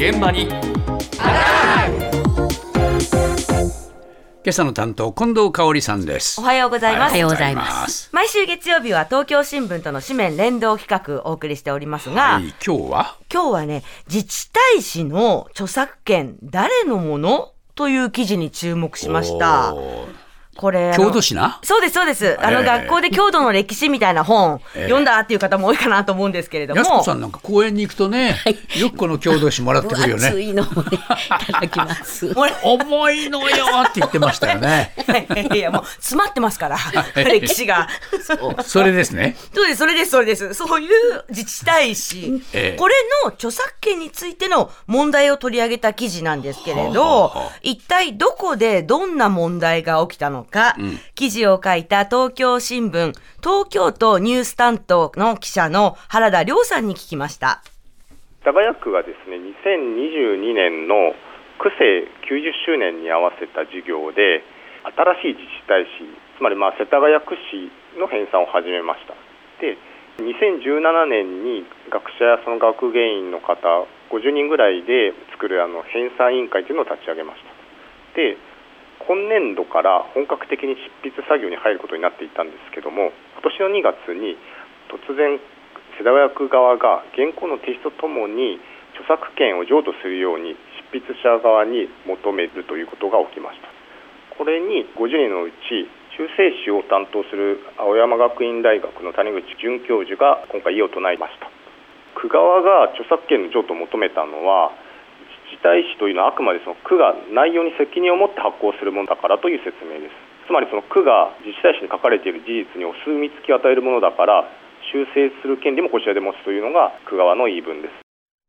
現場に今朝の担当近藤香織さんです。 おはようございます。 おはようございます。 毎週月曜日は東京新聞との紙面連動企画をお送りしておりますが、 はい、今日はね、 自治体紙の著作権誰のものという記事に注目しました。これ郷土史な。 そうですそうです。学校で郷土の歴史みたいな本、読んだっていう方も多いかなと思うんですけれども、 安子さんなんか公園に行くとね、よくこの郷土史もらってくるよね。 熱いのをね、いただきます。 重いのよって言ってましたよね。 いやもう詰まってますから歴史がそれですね。 そうです、それです、それです。そういう自治体紙、これの著作権についての問題を取り上げた記事なんですけれど、一体どこでどんな問題が起きたのか、記事を書いた東京新聞東京都ニュース担当の記者の原田亮さんに聞きました。 世田谷区がですね、2022年の区政90周年に合わせた事業で新しい自治体紙、つまり世田谷区市の編纂を始めました。で、2017年に学者やその学芸員の方50人ぐらいで作る編纂委員会というのを立ち上げました。で、今年度から本格的に執筆作業に入ることになっていたんですけども、今年の2月に突然世田谷区側が原稿の提出とともに著作権を譲渡するように執筆者側に求めるということが起きました。これに50人のうち修正史を担当する青山学院大学の谷口准教授が今回異を唱えました。区側が著作権の譲渡を求めたのは、自治体紙というのはあくまでその区が内容に責任を持って発行するものだからという説明です。つまりその区が自治体紙に書かれている事実にお墨付きを与えるものだから修正する権利もこちらで持つというのが区側の言い分です。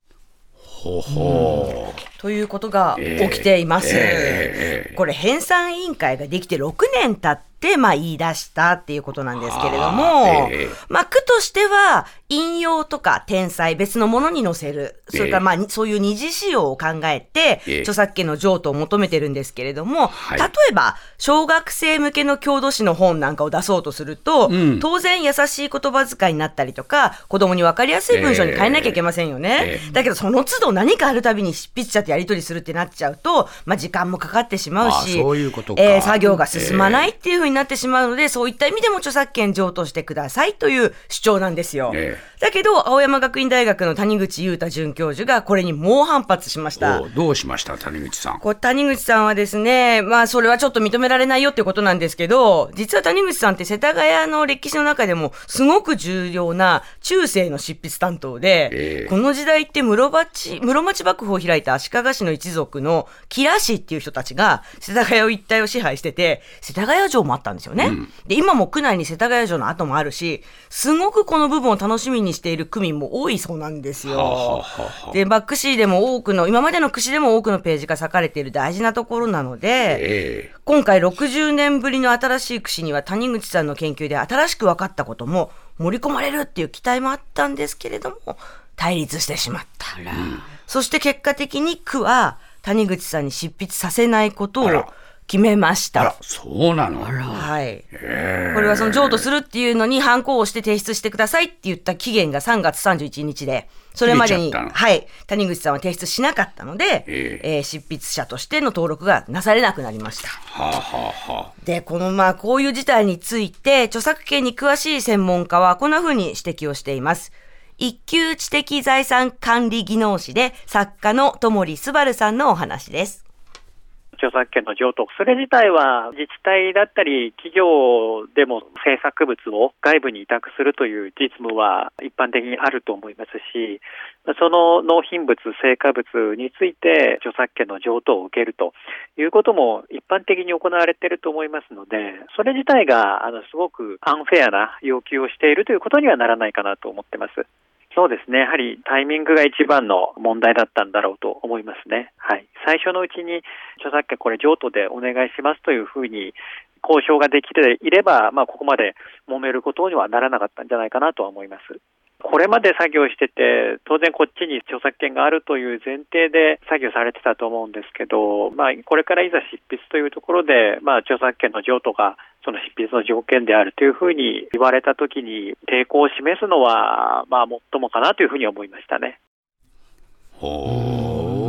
ということが起きています。これ編纂委員会ができて6年経って言い出したっていうことなんですけれども、区としては引用とか転載別のものに載せる、それからそういう二次使用を考えて著作権の譲渡を求めてるんですけれども、例えば小学生向けの郷土史の本なんかを出そうとすると、当然優しい言葉遣いになったりとか子供に分かりやすい文章に変えなきゃいけませんよね。だけどその都度何かあるたびに執筆者とやり取りするってなっちゃうと、時間もかかってしまうし、 そういうことか。 作業が進まないっていう風になってしまうので、そういった意味でも著作権譲渡してくださいという主張なんですよ。だけど青山学院大学の谷口裕太准教授がこれに猛反発しました。 どうしました谷口さん。 谷口さんはですね、それはちょっと認められないよっていうことなんですけど、実は谷口さんって世田谷の歴史の中でもすごく重要な中世の執筆担当で、この時代って室町幕府を開いた足利氏の一族の吉良氏っていう人たちが世田谷一帯を支配してて、世田谷城もあったんですよね。で、今も区内に世田谷城の跡もあるし、すごくこの部分を楽しみにしている区民も多いそうなんですよ。で、区史でも今までの区史でも多くのページが割かれている大事なところなので、今回60年ぶりの新しい区史には谷口さんの研究で新しく分かったことも盛り込まれるっていう期待もあったんですけれども、対立してしまった。そして結果的に区は谷口さんに執筆させないことを決めました。 そうなの。 はい。これはその譲渡するっていうのにハンコを押して提出してくださいって言った期限が3月31日で、それまでに、谷口さんは提出しなかったので、執筆者としての登録がなされなくなりました。で、こういう事態について著作権に詳しい専門家はこんな風に指摘をしています。一級知的財産管理技能士で作家の友利昴さんのお話です。 著作権の譲渡、それ自体は自治体だったり企業でも制作物を外部に委託するという実務は一般的にあると思いますし、その納品物、成果物について著作権の譲渡を受けるということも一般的に行われていると思いますので、それ自体がすごくアンフェアな要求をしているということにはならないかなと思ってます。そうですね。やはりタイミングが一番の問題だったんだろうと思いますね。最初のうちに著作権これ譲渡でお願いしますというふうに交渉ができていれば、ここまで揉めることにはならなかったんじゃないかなとは思います。これまで作業してて、当然こっちに著作権があるという前提で作業されてたと思うんですけど、これからいざ執筆というところで、著作権の譲渡がその執筆の条件であるというふうに言われたときに抵抗を示すのは、もっともかなというふうに思いましたね。 も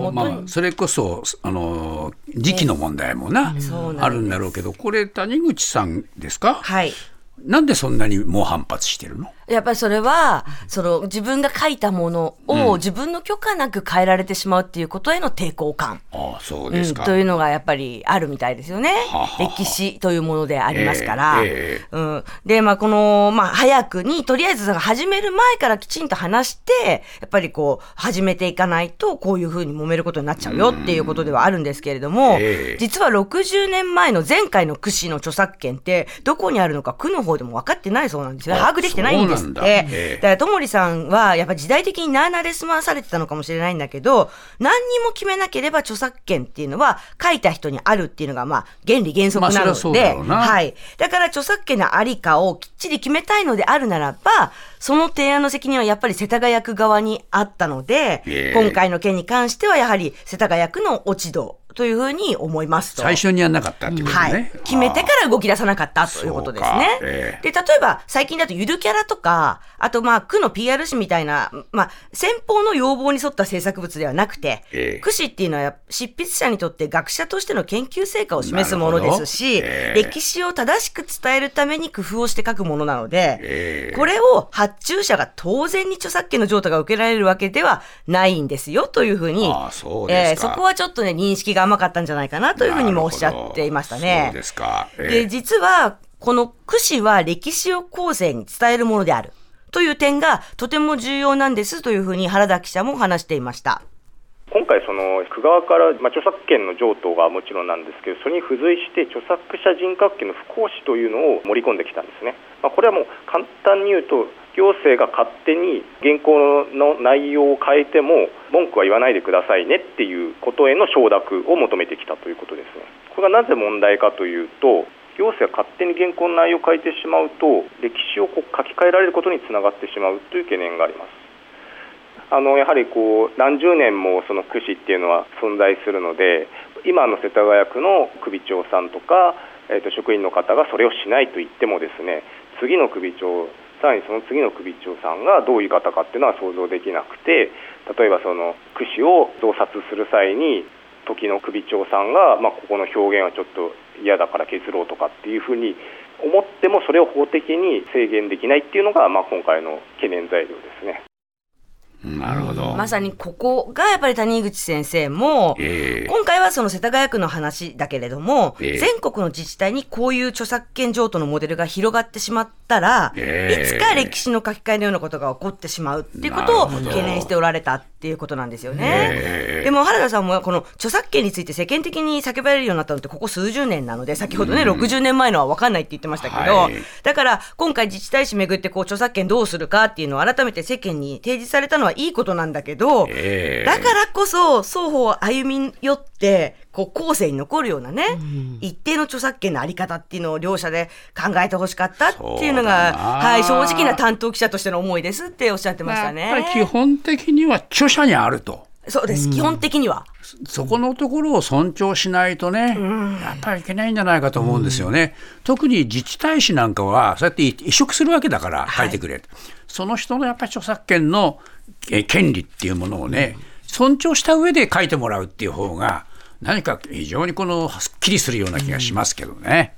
それこそ時期の問題もあるんだろうけど、これ谷口さんですか？ はい。 なんでそんなに猛反発してるの？ やっぱりそれは自分が書いたものを自分の許可なく変えられてしまうっていうことへの抵抗感、 そうですか、 というのがやっぱりあるみたいですよね。歴史というものでありますから、で早くにとりあえず始める前からきちんと話してやっぱり始めていかないとこういうふうに揉めることになっちゃうよっていうことではあるんですけれども、実は60年前の前回の区史の著作権ってどこにあるのか区の方でも分かってないそうなんですよ。把握できてないんです。だからともりさんはやっぱ時代的になあなあで済まされてたのかもしれないんだけど、何にも決めなければ著作権っていうのは書いた人にあるっていうのが原理原則なので、はい、だから著作権のありかをきっちり決めたいのであるならば、その提案の責任はやっぱり世田谷区側にあったので、今回の件に関してはやはり世田谷区の落ち度というふうに思いますと。 最初にやんなかったっていうことね、 はい、決めてから動き出さなかったということですね。で、例えば最近だとゆるキャラとか、あと区の PR 誌みたいな、先方の要望に沿った制作物ではなくて、区史っていうのは執筆者にとって学者としての研究成果を示すものですし、歴史を正しく伝えるために工夫をして書くものなので、これを発注者が当然に著作権の譲渡が受けられるわけではないんですよというふうに、そこはちょっとね認識が甘かったんじゃないかなというふうにもおっしゃっていましたね。 そうですか。 で、実はこの区史は歴史を後世に伝えるものであるという点がとても重要なんですというふうに原田記者も話していました。 今回区側から、著作権の譲渡がもちろんなんですけど、それに付随して著作者人格権の不行使というのを盛り込んできたんですね。これはもう簡単に言うと、行政が勝手に原稿の内容を変えても文句は言わないでくださいねっていうことへの承諾を求めてきたということですね。これがなぜ問題かというと、行政が勝手に原稿の内容を変えてしまうと歴史を書き換えられることにつながってしまうという懸念があります。やはり何十年もその区史っていうのは存在するので、今の世田谷区の首長さんとか、職員の方がそれをしないと言ってもですね、次の首長、さらにその次の首長さんがどういう方かっていうのは想像できなくて、例えばその区史を増刷する際に時の首長さんが、ここの表現はちょっと嫌だから削ろうとかっていうふうに思っても、それを法的に制限できないっていうのが、今回の懸念材料ですね。 なるほど。 まさにここがやっぱり谷口先生も、今回はその世田谷区の話だけれども、全国の自治体にこういう著作権譲渡のモデルが広がってしまったら、いつか歴史の書き換えのようなことが起こってしまうっていうことを懸念しておられたっていうことなんですよね。でも原田さんもこの著作権について世間的に叫ばれるようになったのってここ数十年なので、先ほどね、60年前のは分かんないって言ってましたけど、だから今回自治体史めぐって著作権どうするかっていうのを改めて世間に提示されたのはいいことなんだけど、だからこそ双方歩み寄って後世に残るようなね、一定の著作権のあり方っていうのを両者で考えてほしかったっていうのが、正直な担当記者としての思いですっておっしゃってましたね。 やっぱり基本的には著者にあると。 そうです、基本的にはそこのところを尊重しないとね、やっぱりいけないんじゃないかと思うんですよね。特に自治体史なんかはそうやって移植するわけだから書いてくれ、その人のやっぱり著作権の権利っていうものをね、尊重した上で書いてもらうっていう方が何か非常にすっきりするような気がしますけどね。